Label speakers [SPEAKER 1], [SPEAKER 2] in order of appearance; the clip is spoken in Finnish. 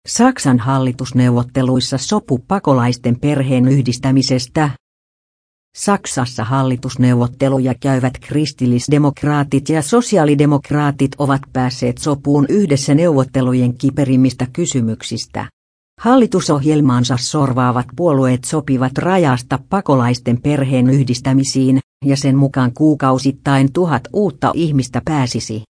[SPEAKER 1] Saksan hallitusneuvotteluissa sopu pakolaisten perheenyhdistämisestä. Saksassa hallitusneuvotteluja käyvät kristillisdemokraatit ja sosiaalidemokraatit ovat päässeet sopuun yhdessä neuvottelujen kiperimmistä kysymyksistä. Hallitusohjelmaansa sorvaavat puolueet sopivat rajasta pakolaisten perheenyhdistämisiin, ja sen mukaan kuukausittain 1000 uutta ihmistä pääsisi